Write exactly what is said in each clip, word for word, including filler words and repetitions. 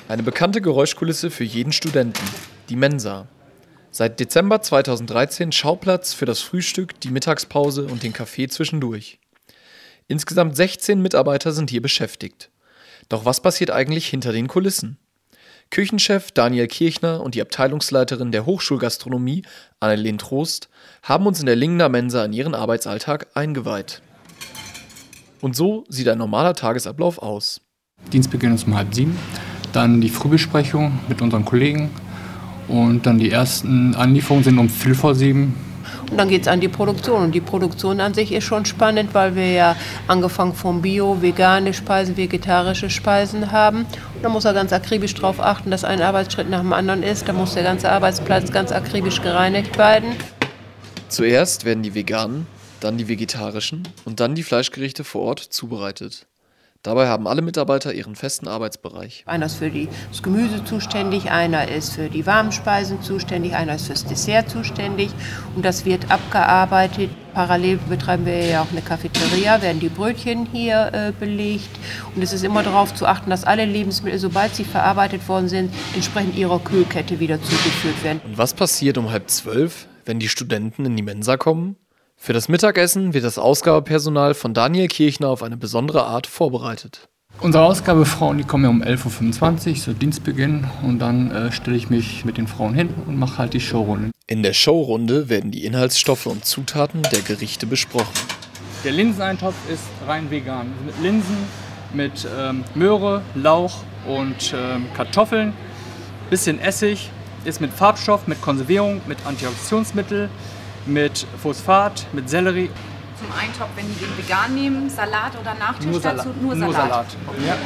Eine bekannte Geräuschkulisse für jeden Studenten, die Mensa. Seit Dezember zweitausenddreizehn Schauplatz für das Frühstück, die Mittagspause und den Kaffee zwischendurch. Insgesamt sechzehn Mitarbeiter sind hier beschäftigt. Doch was passiert eigentlich hinter den Kulissen? Küchenchef Daniel Kirchner und die Abteilungsleiterin der Hochschulgastronomie, Annelien Trost, haben uns in der Lingener Mensa in ihren Arbeitsalltag eingeweiht. Und so sieht ein normaler Tagesablauf aus. Dienstbeginn ist um halb sieben, dann die Frühbesprechung mit unseren Kollegen und dann die ersten Anlieferungen sind um viertel vor sieben. Und dann geht es an die Produktion. Und die Produktion an sich ist schon spannend, weil wir ja angefangen vom Bio, vegane Speisen, vegetarische Speisen haben. Und da muss er ganz akribisch darauf achten, dass ein Arbeitsschritt nach dem anderen ist. Da muss der ganze Arbeitsplatz ganz akribisch gereinigt werden. Zuerst werden die veganen, dann die vegetarischen und dann die Fleischgerichte vor Ort zubereitet. Dabei haben alle Mitarbeiter ihren festen Arbeitsbereich. Einer ist für die, das Gemüse zuständig, einer ist für die warmen Speisen zuständig, einer ist fürs Dessert zuständig. Und das wird abgearbeitet. Parallel betreiben wir ja auch eine Cafeteria, werden die Brötchen hier äh, belegt. Und es ist immer darauf zu achten, dass alle Lebensmittel, sobald sie verarbeitet worden sind, entsprechend ihrer Kühlkette wieder zugeführt werden. Und was passiert um halb zwölf, wenn die Studenten in die Mensa kommen? Für das Mittagessen wird das Ausgabepersonal von Daniel Kirchner auf eine besondere Art vorbereitet. Unsere Ausgabefrauen, die kommen ja um elf Uhr fünfundzwanzig, so Dienstbeginn. Und dann äh, stelle ich mich mit den Frauen hin und mache halt die Showrunde. In der Showrunde werden die Inhaltsstoffe und Zutaten der Gerichte besprochen. Der Linseneintopf ist rein vegan. Mit Linsen, mit ähm, Möhre, Lauch und ähm, Kartoffeln. Bisschen Essig, ist mit Farbstoff, mit Konservierung, mit Antioxidationsmittel, mit Phosphat, mit Sellerie. Zum Eintopf, wenn die den vegan nehmen, Salat oder Nachtisch Nur dazu? Salat. Nur Salat. Nur Salat. Okay. Ja.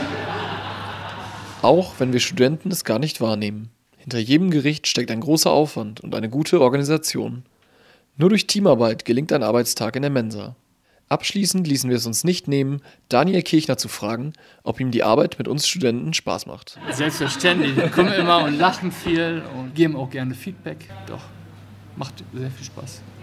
Auch wenn wir Studenten es gar nicht wahrnehmen. Hinter jedem Gericht steckt ein großer Aufwand und eine gute Organisation. Nur durch Teamarbeit gelingt ein Arbeitstag in der Mensa. Abschließend ließen wir es uns nicht nehmen, Daniel Kirchner zu fragen, ob ihm die Arbeit mit uns Studenten Spaß macht. Selbstverständlich. Wir kommen immer und lachen viel und geben auch gerne Feedback. Doch, macht sehr viel Spaß.